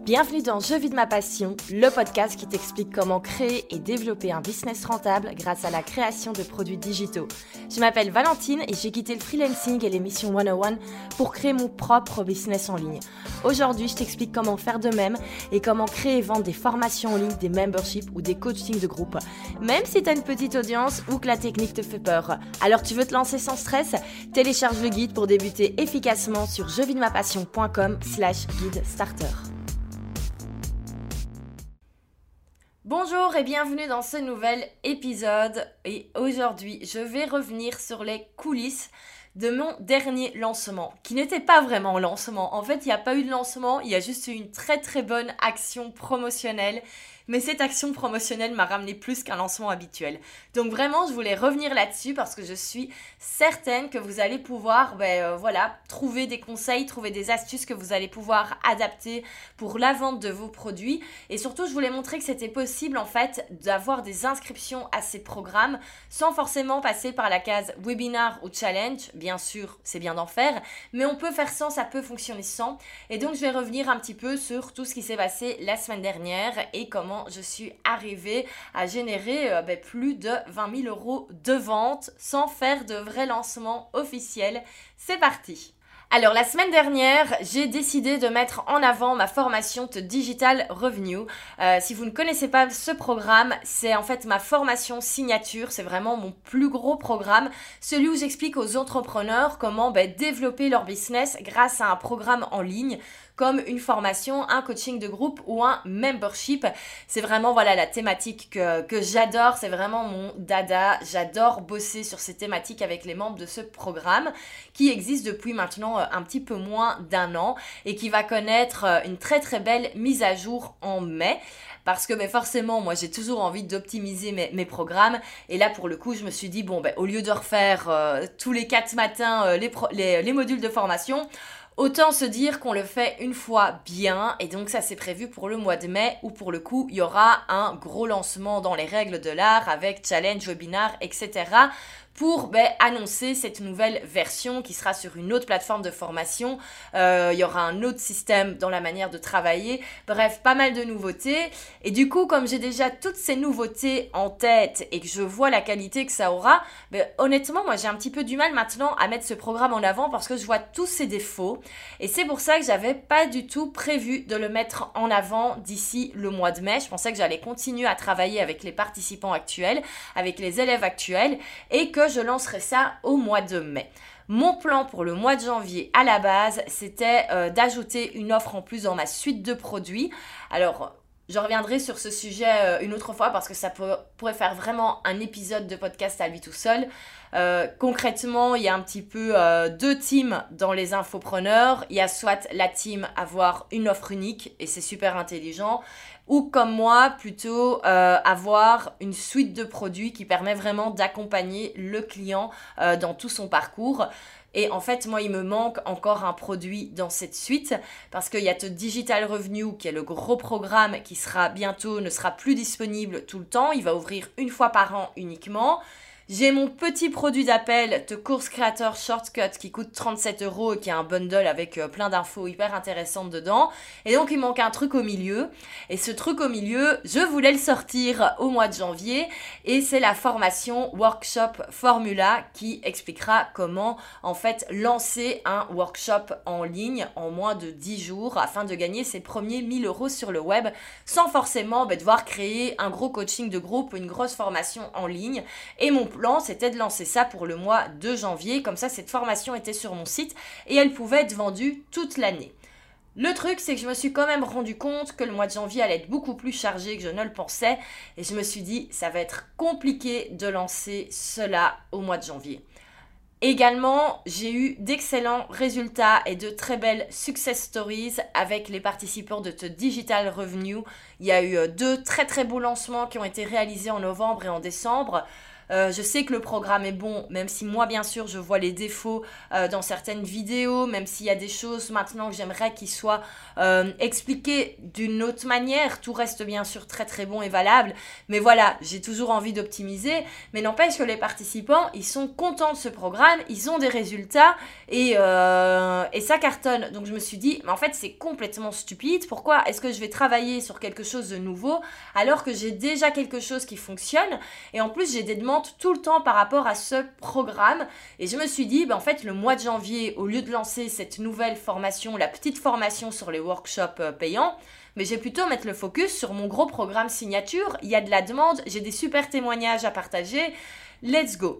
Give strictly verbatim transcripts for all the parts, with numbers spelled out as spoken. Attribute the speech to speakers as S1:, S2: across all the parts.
S1: Bienvenue dans Je vis de ma passion, le podcast qui t'explique comment créer et développer un business rentable grâce à la création de produits digitaux. Je m'appelle Valentine et j'ai quitté le freelancing et les missions cent un pour créer mon propre business en ligne. Aujourd'hui, je t'explique comment faire de même et comment créer et vendre des formations en ligne, des memberships ou des coachings de groupe, même si tu as une petite audience ou que la technique te fait peur. Alors tu veux te lancer sans stress? Télécharge le guide pour débuter efficacement sur je vis de ma passion point com slash guide starter. Bonjour et bienvenue dans ce nouvel épisode et aujourd'hui je vais revenir sur les coulisses de mon dernier lancement qui n'était pas vraiment un lancement. En fait il n'y a pas eu de lancement, il y a juste eu une très très bonne action promotionnelle. Mais cette action promotionnelle m'a ramené plus qu'un lancement habituel. Donc vraiment, je voulais revenir là-dessus parce que je suis certaine que vous allez pouvoir ben, euh, voilà, trouver des conseils, trouver des astuces que vous allez pouvoir adapter pour la vente de vos produits. Et surtout, je voulais montrer que c'était possible en fait d'avoir des inscriptions à ces programmes sans forcément passer par la case webinar ou challenge. Bien sûr, c'est bien d'en faire, mais on peut faire sans, ça peut fonctionner sans. Et donc, je vais revenir un petit peu sur tout ce qui s'est passé la semaine dernière et comment je suis arrivée à générer euh, ben, plus de vingt mille euros de vente sans faire de vrai lancement officiel. C'est parti! Alors la semaine dernière, j'ai décidé de mettre en avant ma formation de Digital Revenue. Euh, si vous ne connaissez pas ce programme, c'est en fait ma formation signature, c'est vraiment mon plus gros programme, celui où j'explique aux entrepreneurs comment ben, développer leur business grâce à un programme en ligne, comme une formation, un coaching de groupe ou un membership. C'est vraiment voilà la thématique que, que j'adore, c'est vraiment mon dada. J'adore bosser sur ces thématiques avec les membres de ce programme qui existe depuis maintenant un petit peu moins d'un an et qui va connaître une très très belle mise à jour en mai. Parce que ben forcément, moi j'ai toujours envie d'optimiser mes, mes programmes. Et là pour le coup, je me suis dit, bon ben au lieu de refaire euh, tous les quatre matins euh, les, pro- les, les modules de formation, autant se dire qu'on le fait une fois bien et donc ça c'est prévu pour le mois de mai où pour le coup il y aura un gros lancement dans les règles de l'art avec challenge, webinar, et cetera pour ben, annoncer cette nouvelle version qui sera sur une autre plateforme de formation. Euh, il y aura un autre système dans la manière de travailler. Bref, pas mal de nouveautés. Et du coup, comme j'ai déjà toutes ces nouveautés en tête et que je vois la qualité que ça aura, ben, honnêtement, moi j'ai un petit peu du mal maintenant à mettre ce programme en avant parce que je vois tous ses défauts. Et c'est pour ça que j'avais pas du tout prévu de le mettre en avant d'ici le mois de mai. Je pensais que j'allais continuer à travailler avec les participants actuels, avec les élèves actuels et que je lancerai ça au mois de mai. Mon plan pour le mois de janvier à la base, c'était euh, d'ajouter une offre en plus dans ma suite de produits. Alors, je reviendrai sur ce sujet euh, une autre fois parce que ça peut, pourrait faire vraiment un épisode de podcast à lui tout seul. Euh, concrètement, il y a un petit peu euh, deux teams dans les infopreneurs. Il y a soit la team avoir une offre unique et c'est super intelligent, ou comme moi, plutôt euh, avoir une suite de produits qui permet vraiment d'accompagner le client euh, dans tout son parcours. Et en fait, moi, il me manque encore un produit dans cette suite parce qu'il y a The Digital Revenue qui est le gros programme qui sera bientôt, ne sera plus disponible tout le temps. Il va ouvrir une fois par an uniquement. J'ai mon petit produit d'appel, The Course Creator Shortcut, qui coûte trente-sept euros et qui a un bundle avec euh, plein d'infos hyper intéressantes dedans. Et donc, il manque un truc au milieu. Et ce truc au milieu, je voulais le sortir au mois de janvier. Et c'est la formation Workshop Formula qui expliquera comment, en fait, lancer un workshop en ligne en moins de dix jours afin de gagner ses premiers mille euros sur le web sans forcément bah, devoir créer un gros coaching de groupe ou une grosse formation en ligne. Et mon plan, c'était de lancer ça pour le mois de janvier. Comme ça, cette formation était sur mon site et elle pouvait être vendue toute l'année. Le truc, c'est que je me suis quand même rendu compte que le mois de janvier allait être beaucoup plus chargé que je ne le pensais. Et je me suis dit, ça va être compliqué de lancer cela au mois de janvier. Également, j'ai eu d'excellents résultats et de très belles success stories avec les participants de The Digital Revenue. Il y a eu deux très très beaux lancements qui ont été réalisés en novembre et en décembre. Euh, je sais que le programme est bon, même si moi, bien sûr, je vois les défauts euh, dans certaines vidéos, même s'il y a des choses maintenant que j'aimerais qu'ils soient euh, expliquées d'une autre manière. Tout reste bien sûr très très bon et valable. Mais voilà, j'ai toujours envie d'optimiser. Mais n'empêche que les participants, ils sont contents de ce programme, ils ont des résultats et, euh, et ça cartonne. Donc je me suis dit, mais en fait, c'est complètement stupide. Pourquoi est-ce que je vais travailler sur quelque chose de nouveau alors que j'ai déjà quelque chose qui fonctionne? Et en plus, j'ai des demandes tout le temps par rapport à ce programme. Et je me suis dit, ben en fait, le mois de janvier, au lieu de lancer cette nouvelle formation, la petite formation sur les workshops euh, payants, mais j'ai plutôt mettre le focus sur mon gros programme signature. Il y a de la demande, j'ai des super témoignages à partager. Let's go!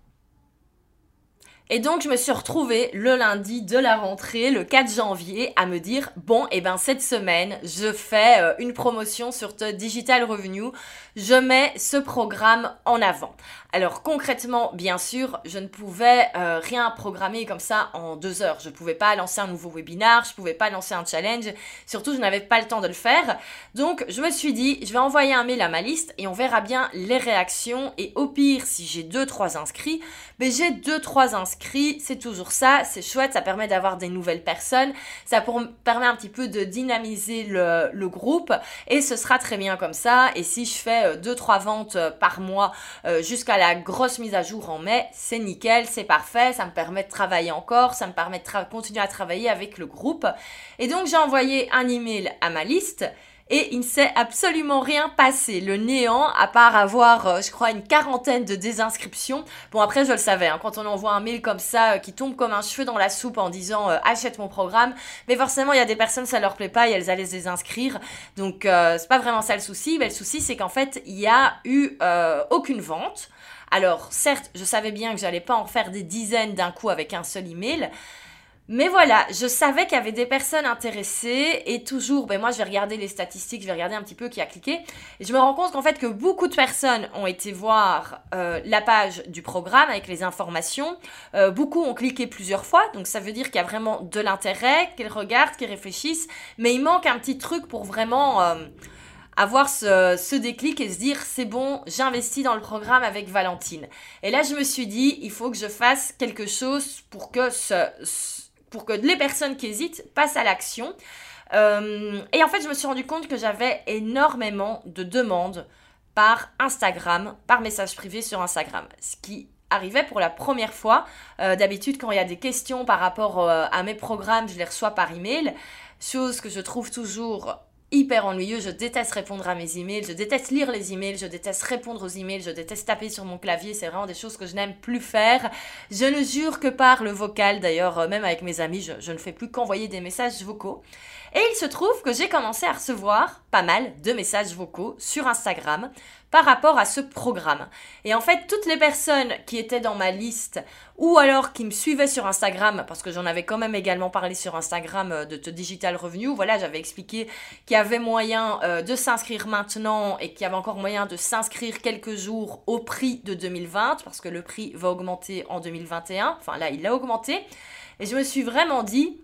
S1: Et donc, je me suis retrouvée le lundi de la rentrée, le quatre janvier, à me dire, bon, et ben cette semaine, je fais euh, une promotion sur The Digital Revenue. Je mets ce programme en avant. Alors concrètement, bien sûr, je ne pouvais euh, rien programmer comme ça en deux heures. Je ne pouvais pas lancer un nouveau webinar, je ne pouvais pas lancer un challenge. Surtout, je n'avais pas le temps de le faire. Donc, je me suis dit, je vais envoyer un mail à ma liste et on verra bien les réactions. Et au pire, si j'ai deux trois inscrits, ben j'ai deux trois inscrits. C'est toujours ça, c'est chouette, ça permet d'avoir des nouvelles personnes. Ça pour, permet un petit peu de dynamiser le, le groupe et ce sera très bien comme ça. Et si je fais deux trois ventes par mois euh, jusqu'à la grosse mise à jour en mai, c'est nickel, c'est parfait, ça me permet de travailler encore, ça me permet de tra- continuer à travailler avec le groupe. Et donc j'ai envoyé un email à ma liste et il ne s'est absolument rien passé, le néant, à part avoir, euh, je crois, une quarantaine de désinscriptions. Bon, après, je le savais, hein, quand on envoie un mail comme ça, euh, qui tombe comme un cheveu dans la soupe en disant euh, « achète mon programme », mais forcément, il y a des personnes, ça leur plaît pas et elles allaient se désinscrire. Donc, euh, c'est pas vraiment ça le souci. Mais le souci, c'est qu'en fait, il y a eu euh, aucune vente. Alors, certes, je savais bien que j'allais pas en faire des dizaines d'un coup avec un seul email. Mais voilà, je savais qu'il y avait des personnes intéressées et toujours, ben moi je vais regarder les statistiques, je vais regarder un petit peu qui a cliqué et je me rends compte qu'en fait que beaucoup de personnes ont été voir euh, la page du programme avec les informations, euh, beaucoup ont cliqué plusieurs fois, donc ça veut dire qu'il y a vraiment de l'intérêt, qu'ils regardent, qu'ils réfléchissent, mais il manque un petit truc pour vraiment euh, avoir ce, ce déclic et se dire c'est bon, j'investis dans le programme avec Valentine. Et là je me suis dit, il faut que je fasse quelque chose pour que ce... ce pour que les personnes qui hésitent passent à l'action. Euh, et en fait, je me suis rendu compte que j'avais énormément de demandes par Instagram, par message privé sur Instagram, ce qui arrivait pour la première fois. Euh, d'habitude, quand il y a des questions par rapport euh, à mes programmes, je les reçois par email, chose que je trouve toujours hyper ennuyeux. Je déteste répondre à mes emails, je déteste lire les emails, je déteste répondre aux emails, je déteste taper sur mon clavier, c'est vraiment des choses que je n'aime plus faire. Je ne jure que par le vocal, d'ailleurs, même avec mes amis, je, je ne fais plus qu'envoyer des messages vocaux. Et il se trouve que j'ai commencé à recevoir pas mal de messages vocaux sur Instagram par rapport à ce programme. Et en fait, toutes les personnes qui étaient dans ma liste ou alors qui me suivaient sur Instagram, parce que j'en avais quand même également parlé sur Instagram de The Digital Revenue, voilà, j'avais expliqué qu'il y avait moyen euh, de s'inscrire maintenant et qu'il y avait encore moyen de s'inscrire quelques jours au prix de deux mille vingt, parce que le prix va augmenter en deux mille vingt et un, enfin là, il a augmenté. Et je me suis vraiment dit,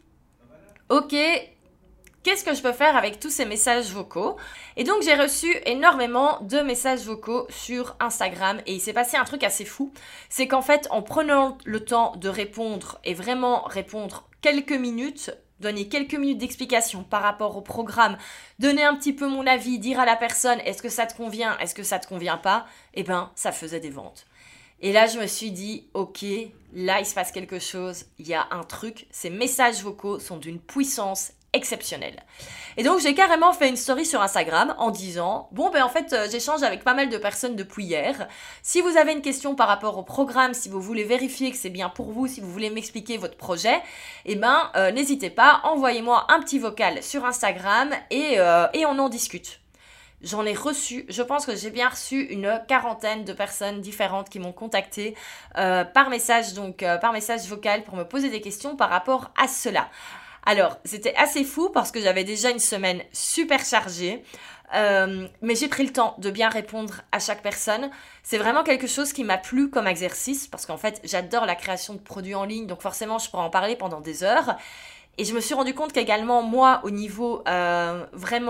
S1: ok, qu'est-ce que je peux faire avec tous ces messages vocaux? Et donc, j'ai reçu énormément de messages vocaux sur Instagram et il s'est passé un truc assez fou. C'est qu'en fait, en prenant le temps de répondre et vraiment répondre quelques minutes, donner quelques minutes d'explication par rapport au programme, donner un petit peu mon avis, dire à la personne est-ce que ça te convient, est-ce que ça te convient pas, eh ben, ça faisait des ventes. Et là, je me suis dit, ok, là, il se passe quelque chose, il y a un truc, ces messages vocaux sont d'une puissance exceptionnel. Et donc, j'ai carrément fait une story sur Instagram en disant, bon, ben en fait, euh, j'échange avec pas mal de personnes depuis hier. Si vous avez une question par rapport au programme, si vous voulez vérifier que c'est bien pour vous, si vous voulez m'expliquer votre projet, eh ben, euh, n'hésitez pas, envoyez-moi un petit vocal sur Instagram et, euh, et on en discute. J'en ai reçu, je pense que j'ai bien reçu une quarantaine de personnes différentes qui m'ont contacté euh, par message, donc euh, par message vocal pour me poser des questions par rapport à cela. Alors, c'était assez fou parce que j'avais déjà une semaine super chargée, euh, mais j'ai pris le temps de bien répondre à chaque personne. C'est vraiment quelque chose qui m'a plu comme exercice parce qu'en fait, j'adore la création de produits en ligne, donc forcément, je pourrais en parler pendant des heures. Et je me suis rendu compte qu'également, moi, au niveau euh, vraiment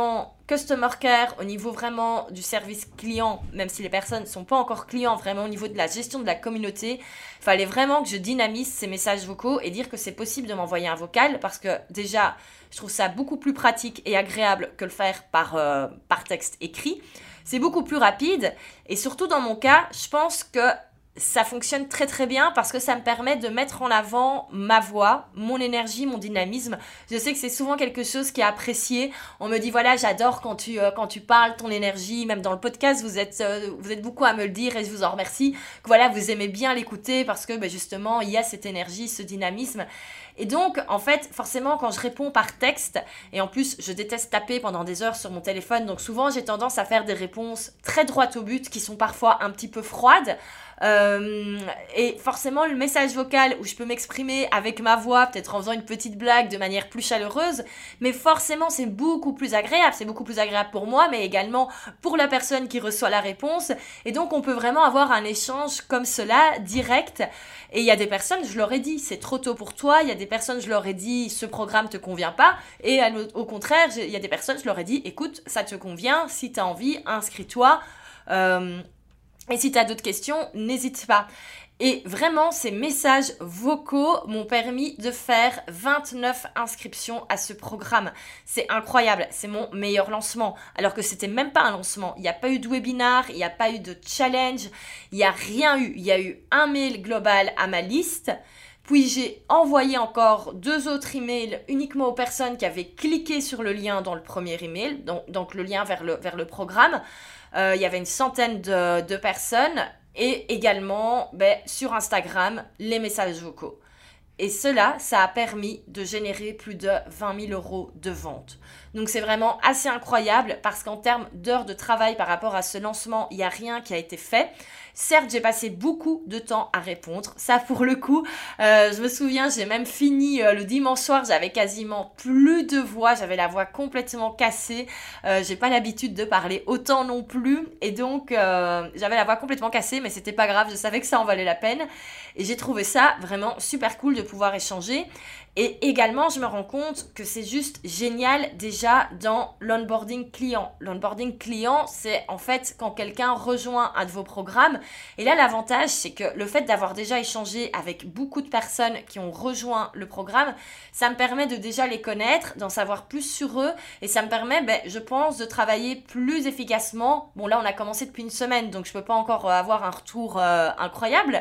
S1: customer care, au niveau vraiment du service client, même si les personnes ne sont pas encore clients, vraiment au niveau de la gestion de la communauté, il fallait vraiment que je dynamise ces messages vocaux et dire que c'est possible de m'envoyer un vocal parce que déjà, je trouve ça beaucoup plus pratique et agréable que le faire par, euh, par texte écrit. C'est beaucoup plus rapide et surtout dans mon cas, je pense que ça fonctionne très très bien parce que ça me permet de mettre en avant ma voix, mon énergie, mon dynamisme. Je sais que c'est souvent quelque chose qui est apprécié. On me dit voilà, j'adore quand tu, euh, quand tu parles, ton énergie, même dans le podcast, vous êtes, euh, vous êtes beaucoup à me le dire et je vous en remercie. Que voilà, vous aimez bien l'écouter parce que ben, justement, il y a cette énergie, ce dynamisme. Et donc, en fait, forcément, quand je réponds par texte, et en plus, je déteste taper pendant des heures sur mon téléphone, donc souvent, j'ai tendance à faire des réponses très droites au but, qui sont parfois un petit peu froides. Euh, et forcément, le message vocal où je peux m'exprimer avec ma voix, peut-être en faisant une petite blague de manière plus chaleureuse, mais forcément, c'est beaucoup plus agréable. C'est beaucoup plus agréable pour moi, mais également pour la personne qui reçoit la réponse. Et donc, on peut vraiment avoir un échange comme cela, direct. Et il y a des personnes, je leur ai dit, c'est trop tôt pour toi. Il y a des personnes, je leur ai dit, ce programme te convient pas. Et au contraire, il y a des personnes, je leur ai dit, écoute, ça te convient. Si tu as envie, inscris-toi. Euh, et si tu as d'autres questions, n'hésite pas. Et vraiment, ces messages vocaux m'ont permis de faire vingt-neuf inscriptions à ce programme. C'est incroyable, c'est mon meilleur lancement. Alors que c'était même pas un lancement. Il n'y a pas eu de webinar, il n'y a pas eu de challenge, il n'y a rien eu. Il y a eu un mail global à ma liste. Puis j'ai envoyé encore deux autres emails uniquement aux personnes qui avaient cliqué sur le lien dans le premier email, donc, donc le lien vers le, vers le programme. Euh, il y avait une centaine de, de personnes. Et également, ben, sur Instagram, les messages vocaux. Et cela, ça a permis de générer plus de vingt mille euros de vente. Donc c'est vraiment assez incroyable parce qu'en termes d'heures de travail par rapport à ce lancement, il n'y a rien qui a été fait. Certes, j'ai passé beaucoup de temps à répondre. Ça, pour le coup, euh, je me souviens, j'ai même fini euh, le dimanche soir, j'avais quasiment plus de voix. J'avais la voix complètement cassée. Euh, j'ai pas l'habitude de parler autant non plus. Et donc, euh, j'avais la voix complètement cassée, mais c'était pas grave. Je savais que ça en valait la peine. Et j'ai trouvé ça vraiment super cool de pouvoir échanger. Et également, je me rends compte que c'est juste génial déjà dans l'onboarding client. L'onboarding client, c'est en fait quand quelqu'un rejoint un de vos programmes. Et là, l'avantage, c'est que le fait d'avoir déjà échangé avec beaucoup de personnes qui ont rejoint le programme, ça me permet de déjà les connaître, d'en savoir plus sur eux. Et ça me permet, ben, je pense, de travailler plus efficacement. Bon, là, on a commencé depuis une semaine, donc je ne peux pas encore avoir un retour euh, incroyable.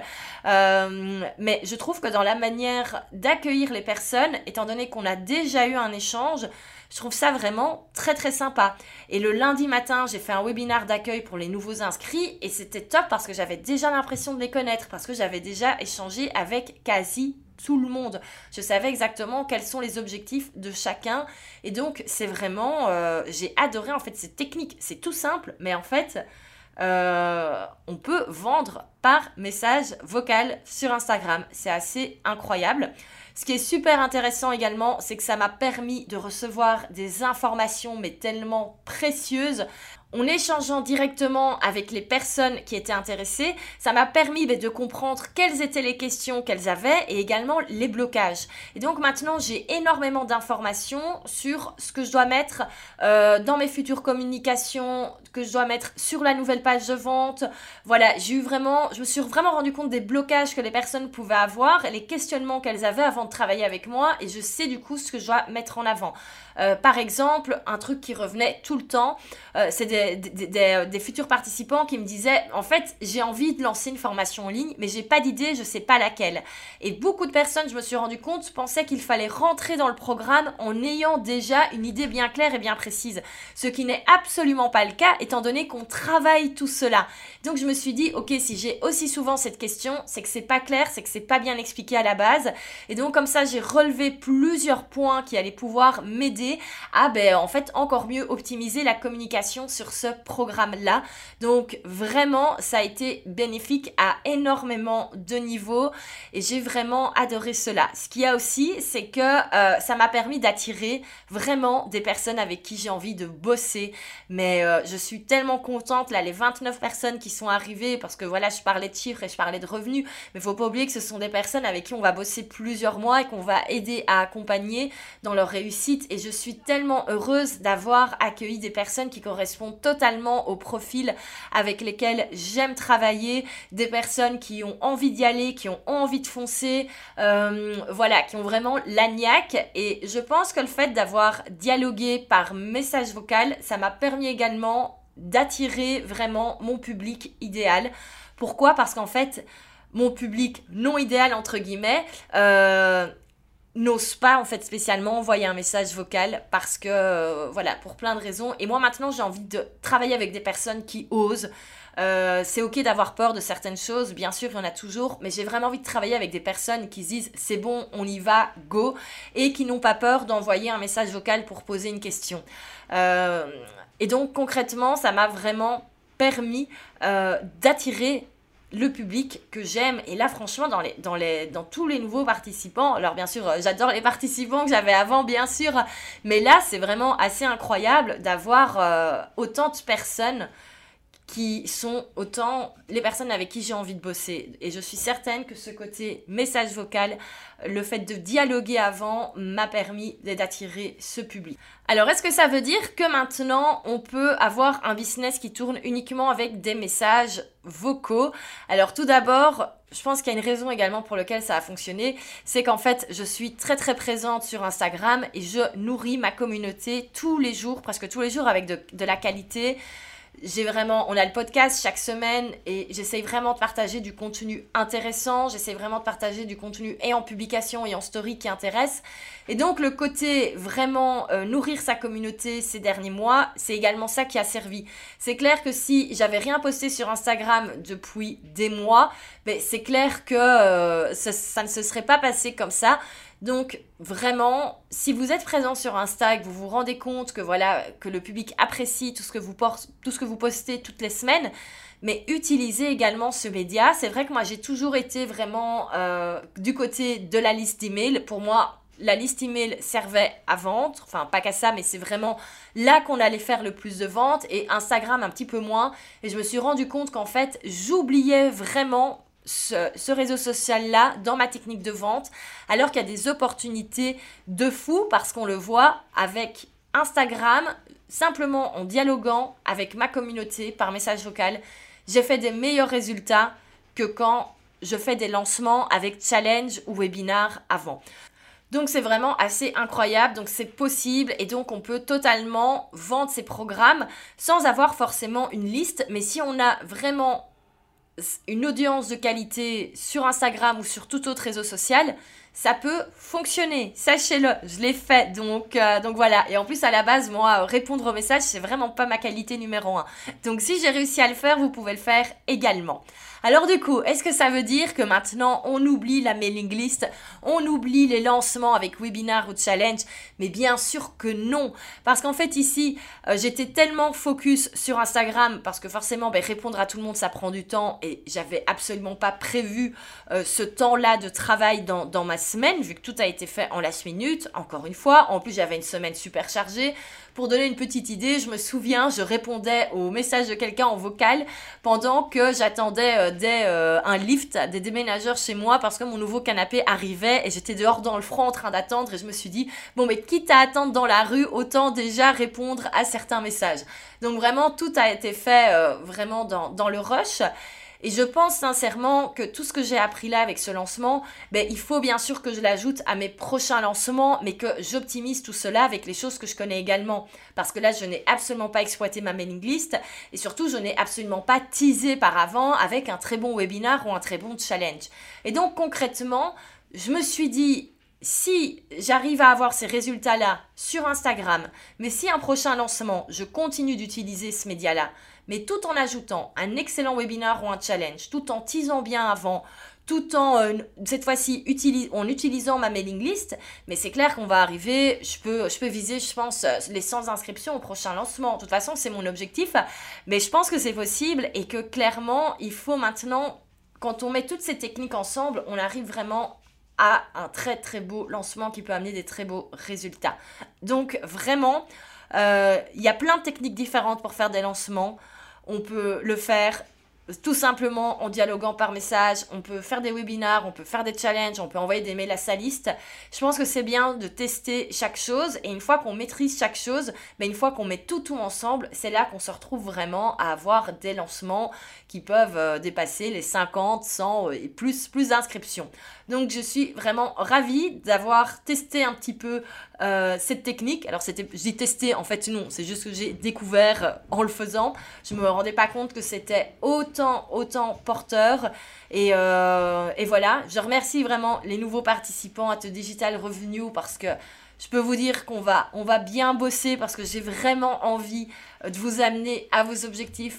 S1: Euh, mais je trouve que dans la manière d'accueillir les personnes, étant donné qu'on a déjà eu un échange, je trouve ça vraiment très très sympa. Et le lundi matin, j'ai fait un webinaire d'accueil pour les nouveaux inscrits et c'était top parce que j'avais déjà l'impression de les connaître, parce que j'avais déjà échangé avec quasi tout le monde. Je savais exactement quels sont les objectifs de chacun et donc c'est vraiment, euh, j'ai adoré en fait cette technique. C'est tout simple, mais en fait, euh, on peut vendre par message vocal sur Instagram. C'est assez incroyable. Ce qui est super intéressant également, c'est que ça m'a permis de recevoir des informations, mais tellement précieuses. En échangeant directement avec les personnes qui étaient intéressées, ça m'a permis de comprendre quelles étaient les questions qu'elles avaient et également les blocages. Et donc maintenant, j'ai énormément d'informations sur ce que je dois mettre euh, dans mes futures communications, que je dois mettre sur la nouvelle page de vente. Voilà, j'ai eu vraiment, je me suis vraiment rendu compte des blocages que les personnes pouvaient avoir, les questionnements qu'elles avaient avant de travailler avec moi et je sais du coup ce que je dois mettre en avant. Euh, par exemple, un truc qui revenait tout le temps, euh, c'est des, des, des, des futurs participants qui me disaient en fait j'ai envie de lancer une formation en ligne mais j'ai pas d'idée, je sais pas laquelle. Et beaucoup de personnes, je me suis rendu compte, pensaient qu'il fallait rentrer dans le programme en ayant déjà une idée bien claire et bien précise, ce qui n'est absolument pas le cas étant donné qu'on travaille tout cela. Donc je me suis dit ok, si j'ai aussi souvent cette question, c'est que c'est pas clair, c'est que c'est pas bien expliqué à la base. Et donc comme ça j'ai relevé plusieurs points qui allaient pouvoir m'aider à ben, en fait encore mieux optimiser la communication sur ce programme-là. Donc vraiment, ça a été bénéfique à énormément de niveaux et j'ai vraiment adoré cela. Ce qu'il y a aussi, c'est que euh, ça m'a permis d'attirer vraiment des personnes avec qui j'ai envie de bosser. Mais euh, je suis tellement contente, là, les vingt-neuf personnes qui sont arrivées, parce que voilà, je parlais de chiffres et je parlais de revenus, mais il faut pas oublier que ce sont des personnes avec qui on va bosser plusieurs mois et qu'on va aider à accompagner dans leur réussite. Et je suis tellement heureuse d'avoir accueilli des personnes qui correspondent totalement au profil avec lesquels j'aime travailler, des personnes qui ont envie d'y aller, qui ont envie de foncer, euh, voilà, qui ont vraiment la niaque. Et je pense que le fait d'avoir dialogué par message vocal, ça m'a permis également d'attirer vraiment mon public idéal. Pourquoi ? Parce qu'en fait, mon public non idéal, entre guillemets, euh, n'ose pas en fait spécialement envoyer un message vocal parce que, euh, voilà, pour plein de raisons. Et moi maintenant, j'ai envie de travailler avec des personnes qui osent. Euh, c'est ok d'avoir peur de certaines choses, bien sûr, il y en a toujours, mais j'ai vraiment envie de travailler avec des personnes qui se disent c'est bon, on y va, go, et qui n'ont pas peur d'envoyer un message vocal pour poser une question. Euh, et donc concrètement, ça m'a vraiment permis euh, d'attirer le public que j'aime. Et là franchement dans, les, dans, les, dans tous les nouveaux participants, alors bien sûr j'adore les participants que j'avais avant bien sûr, mais là c'est vraiment assez incroyable d'avoir euh, autant de personnes qui sont autant les personnes avec qui j'ai envie de bosser. Et je suis certaine que ce côté message vocal, le fait de dialoguer avant m'a permis d'attirer ce public. Alors, est-ce que ça veut dire que maintenant, on peut avoir un business qui tourne uniquement avec des messages vocaux ? Alors, tout d'abord, je pense qu'il y a une raison également pour laquelle ça a fonctionné, c'est qu'en fait, je suis très très présente sur Instagram et je nourris ma communauté tous les jours, presque tous les jours avec de, de la qualité. J'ai vraiment, on a le podcast chaque semaine et j'essaye vraiment de partager du contenu intéressant, j'essaye vraiment de partager du contenu et en publication et en story qui intéresse. Et donc le côté vraiment euh, nourrir sa communauté ces derniers mois, c'est également ça qui a servi. C'est clair que si j'avais rien posté sur Instagram depuis des mois, ben c'est clair que euh, ça, ça ne se serait pas passé comme ça. Donc vraiment, si vous êtes présent sur Insta et que vous vous rendez compte que voilà que le public apprécie tout ce que vous porte, tout ce que vous postez toutes les semaines, mais utilisez également ce média. C'est vrai que moi j'ai toujours été vraiment euh, du côté de la liste d'emails. Pour moi, la liste email servait à vendre, enfin pas qu'à ça, mais c'est vraiment là qu'on allait faire le plus de ventes et Instagram un petit peu moins. Et je me suis rendu compte qu'en fait j'oubliais vraiment Ce, ce réseau social-là dans ma technique de vente, alors qu'il y a des opportunités de fou parce qu'on le voit avec Instagram, simplement en dialoguant avec ma communauté par message vocal, j'ai fait des meilleurs résultats que quand je fais des lancements avec challenge ou webinar avant. Donc c'est vraiment assez incroyable, donc c'est possible et donc on peut totalement vendre ces programmes sans avoir forcément une liste, mais si on a vraiment une audience de qualité sur Instagram ou sur tout autre réseau social, ça peut fonctionner, sachez-le, je l'ai fait, donc, euh, donc voilà. Et en plus à la base, moi, répondre aux messages, c'est vraiment pas ma qualité numéro un. Donc si j'ai réussi à le faire, vous pouvez le faire également. Alors du coup, est-ce que ça veut dire que maintenant on oublie la mailing list, on oublie les lancements avec webinar ou challenge? Mais bien sûr que non, parce qu'en fait ici, euh, j'étais tellement focus sur Instagram, parce que forcément ben, répondre à tout le monde ça prend du temps et j'avais absolument pas prévu euh, ce temps-là de travail dans, dans ma semaine, vu que tout a été fait en last minute, encore une fois. En plus j'avais une semaine super chargée. Pour donner une petite idée, je me souviens, je répondais au message de quelqu'un en vocal pendant que j'attendais euh, des, euh, un lift, des déménageurs chez moi parce que mon nouveau canapé arrivait et j'étais dehors dans le froid en train d'attendre et je me suis dit, bon mais quitte à attendre dans la rue, autant déjà répondre à certains messages. Donc vraiment, tout a été fait euh, vraiment dans, dans le rush. Et je pense sincèrement que tout ce que j'ai appris là avec ce lancement, ben, il faut bien sûr que je l'ajoute à mes prochains lancements, mais que j'optimise tout cela avec les choses que je connais également. Parce que là, je n'ai absolument pas exploité ma mailing list et surtout, je n'ai absolument pas teasé par avant avec un très bon webinar ou un très bon challenge. Et donc concrètement, je me suis dit, si j'arrive à avoir ces résultats-là sur Instagram, mais si un prochain lancement, je continue d'utiliser ce média-là, mais tout en ajoutant un excellent webinar ou un challenge, tout en teasant bien avant, tout en, euh, cette fois-ci, utili- en utilisant ma mailing list. Mais c'est clair qu'on va arriver, je peux, je peux viser, je pense, les cent inscriptions au prochain lancement. De toute façon, c'est mon objectif. Mais je pense que c'est possible et que clairement, il faut maintenant, quand on met toutes ces techniques ensemble, on arrive vraiment à un très très beau lancement qui peut amener des très beaux résultats. Donc vraiment, euh, il y a plein de techniques différentes pour faire des lancements. On peut le faire tout simplement en dialoguant par message, on peut faire des webinars, on peut faire des challenges, on peut envoyer des mails à sa liste. Je pense que c'est bien de tester chaque chose et une fois qu'on maîtrise chaque chose, ben une fois qu'on met tout tout ensemble, c'est là qu'on se retrouve vraiment à avoir des lancements qui peuvent euh, dépasser les cinquante, cent et plus, plus d'inscriptions. Donc je suis vraiment ravie d'avoir testé un petit peu euh, cette technique. Alors c'était, je dis testé, en fait non, c'est juste que j'ai découvert euh, en le faisant. Je me rendais pas compte que c'était autant, autant porteur. Et, euh, et voilà, je remercie vraiment les nouveaux participants à The Digital Revenue parce que je peux vous dire qu'on va, on va bien bosser parce que j'ai vraiment envie de vous amener à vos objectifs.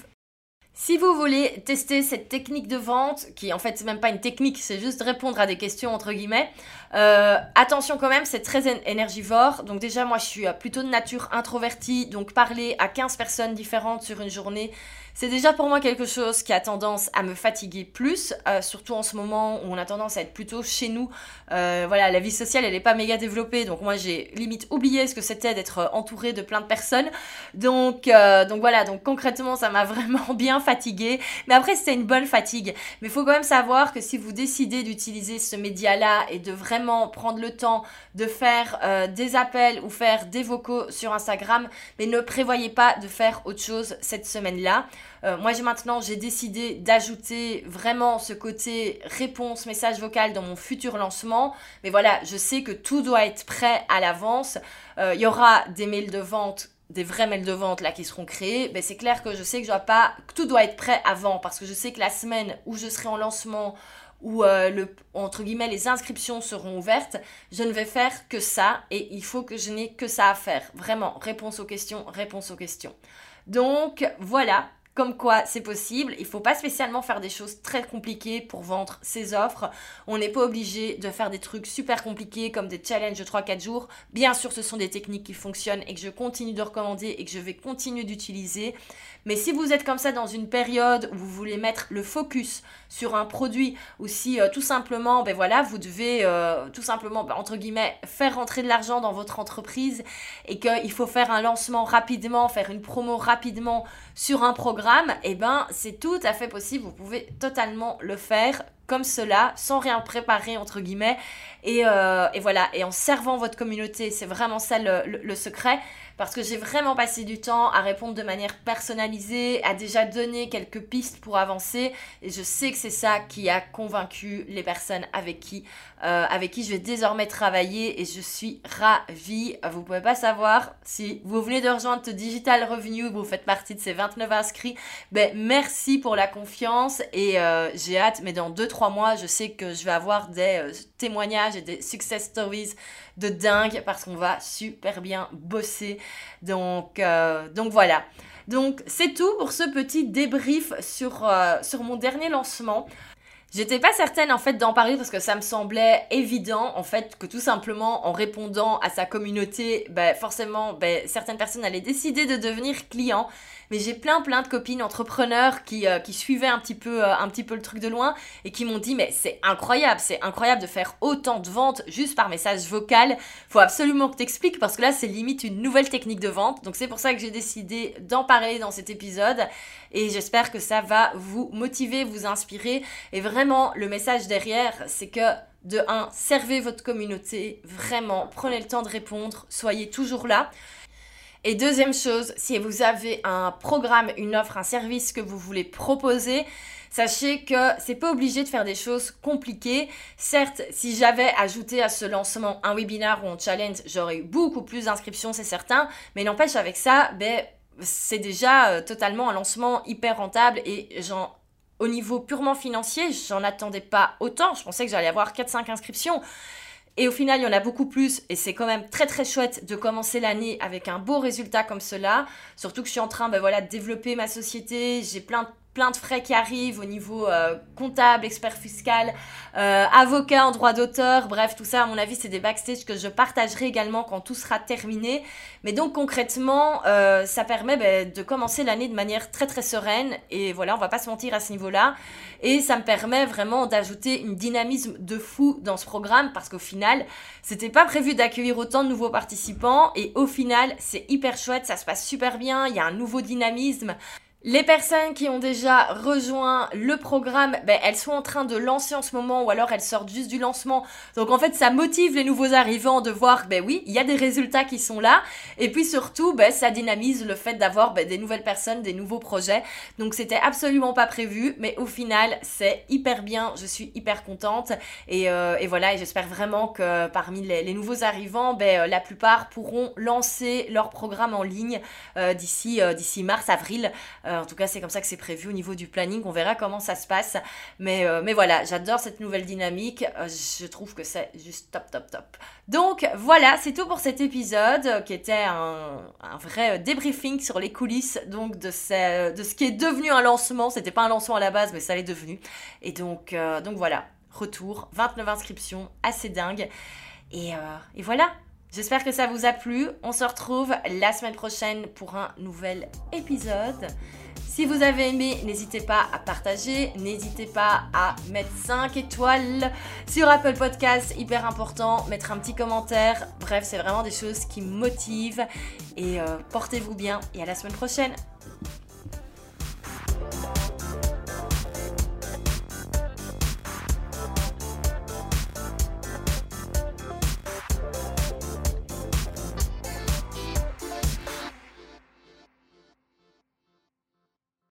S1: Si vous voulez tester cette technique de vente, qui en fait c'est même pas une technique, c'est juste répondre à des questions entre guillemets, euh, attention quand même, c'est très énergivore. Donc déjà moi je suis plutôt de nature introvertie, donc parler à quinze personnes différentes sur une journée, c'est déjà pour moi quelque chose qui a tendance à me fatiguer plus, euh, surtout en ce moment où on a tendance à être plutôt chez nous. Euh, voilà, la vie sociale elle est pas méga développée, donc moi j'ai limite oublié ce que c'était d'être entourée de plein de personnes. Donc, euh, donc voilà, donc concrètement ça m'a vraiment bien fatiguée. Mais après c'était une bonne fatigue. Mais il faut quand même savoir que si vous décidez d'utiliser ce média-là et de vraiment prendre le temps de faire euh, des appels ou faire des vocaux sur Instagram, mais ne prévoyez pas de faire autre chose cette semaine-là. Euh, moi j'ai maintenant j'ai décidé d'ajouter vraiment ce côté réponse message vocal dans mon futur lancement, mais voilà, je sais que tout doit être prêt à l'avance. Euh, il y aura des mails de vente, des vrais mails de vente là qui seront créés. Ben, c'est clair que je sais que je dois pas, que tout doit être prêt avant parce que je sais que la semaine où je serai en lancement, où euh, le, entre guillemets les inscriptions seront ouvertes, je ne vais faire que ça et il faut que je n'ai que ça à faire. Vraiment, réponse aux questions, réponse aux questions. Donc voilà, comme quoi c'est possible. Il ne faut pas spécialement faire des choses très compliquées pour vendre ses offres. On n'est pas obligé de faire des trucs super compliqués comme des challenges de trois quatre jours. Bien sûr, ce sont des techniques qui fonctionnent et que je continue de recommander et que je vais continuer d'utiliser. Mais si vous êtes comme ça dans une période où vous voulez mettre le focus sur un produit ou si euh, tout simplement, ben voilà, vous devez euh, tout simplement, ben, entre guillemets, faire rentrer de l'argent dans votre entreprise et qu'il faut faire un lancement rapidement, faire une promo rapidement sur un programme, eh ben c'est tout à fait possible. Vous pouvez totalement le faire comme cela, sans rien préparer entre guillemets. Et, euh, et voilà, et en servant votre communauté, c'est vraiment ça le, le, le secret. Parce que j'ai vraiment passé du temps à répondre de manière personnalisée, à déjà donner quelques pistes pour avancer. Et je sais que c'est ça qui a convaincu les personnes avec qui, euh, avec qui je vais désormais travailler. Et je suis ravie. Vous ne pouvez pas savoir, si vous venez de rejoindre The Digital Revenue, vous faites partie de ces vingt-neuf inscrits, ben merci pour la confiance. Et euh, j'ai hâte, mais dans deux trois mois, je sais que je vais avoir des euh, témoignages et des success stories de dingue parce qu'on va super bien bosser. Donc, euh, donc voilà. Donc c'est tout pour ce petit débrief sur, euh, sur mon dernier lancement. J'étais pas certaine en fait d'en parler parce que ça me semblait évident en fait que tout simplement en répondant à sa communauté, ben, forcément ben, certaines personnes allaient décider de devenir clients. Mais j'ai plein plein de copines entrepreneurs qui, euh, qui suivaient un petit, peu, euh, un petit peu le truc de loin et qui m'ont dit mais c'est incroyable, c'est incroyable de faire autant de ventes juste par message vocal. Faut absolument que t'expliques parce que là c'est limite une nouvelle technique de vente. Donc c'est pour ça que j'ai décidé d'en parler dans cet épisode et j'espère que ça va vous motiver, vous inspirer. Et vraiment le message derrière c'est que de un, servez votre communauté, vraiment, prenez le temps de répondre, soyez toujours là. Et deuxième chose, si vous avez un programme, une offre, un service que vous voulez proposer, sachez que c'est pas obligé de faire des choses compliquées. Certes, si j'avais ajouté à ce lancement un webinar ou un challenge, j'aurais eu beaucoup plus d'inscriptions, c'est certain. Mais n'empêche, avec ça, ben, c'est déjà euh, totalement un lancement hyper rentable et j'en... Au niveau purement financier, j'en attendais pas autant. Je pensais que j'allais avoir quatre cinq inscriptions. Et au final, il y en a beaucoup plus et c'est quand même très très chouette de commencer l'année avec un beau résultat comme cela. Surtout que je suis en train ben voilà, de développer ma société, j'ai plein de plein de frais qui arrivent au niveau euh, comptable, expert fiscal, euh, avocat en droit d'auteur, bref, tout ça, à mon avis, c'est des backstage que je partagerai également quand tout sera terminé. Mais donc, concrètement, euh, ça permet ben, de commencer l'année de manière très, très sereine. Et voilà, on va pas se mentir à ce niveau-là. Et ça me permet vraiment d'ajouter une dynamisme de fou dans ce programme parce qu'au final, c'était pas prévu d'accueillir autant de nouveaux participants. Et au final, c'est hyper chouette, ça se passe super bien, il y a un nouveau dynamisme. Les personnes qui ont déjà rejoint le programme, ben, elles sont en train de lancer en ce moment ou alors elles sortent juste du lancement. Donc en fait, ça motive les nouveaux arrivants de voir, ben oui, il y a des résultats qui sont là. Et puis surtout, ben, ça dynamise le fait d'avoir ben, des nouvelles personnes, des nouveaux projets. Donc c'était absolument pas prévu, mais au final, c'est hyper bien. Je suis hyper contente. Et, euh, et voilà, et j'espère vraiment que parmi les, les nouveaux arrivants, ben, la plupart pourront lancer leur programme en ligne euh, d'ici euh, d'ici mars, avril. Euh, En tout cas, c'est comme ça que c'est prévu au niveau du planning. On verra comment ça se passe. Mais, euh, mais voilà, j'adore cette nouvelle dynamique. Euh, je trouve que c'est juste top, top, top. Donc voilà, c'est tout pour cet épisode euh, qui était un, un vrai débriefing sur les coulisses donc de, ce, de ce qui est devenu un lancement. C'était pas un lancement à la base, mais ça l'est devenu. Et donc, euh, donc voilà, retour, vingt-neuf inscriptions, assez dingue. Et, euh, et voilà. J'espère que ça vous a plu. On se retrouve la semaine prochaine pour un nouvel épisode. Si vous avez aimé, n'hésitez pas à partager, n'hésitez pas à mettre cinq étoiles sur Apple Podcasts, hyper important, mettre un petit commentaire. Bref, c'est vraiment des choses qui me motivent. Et euh, portez-vous bien et à la semaine prochaine.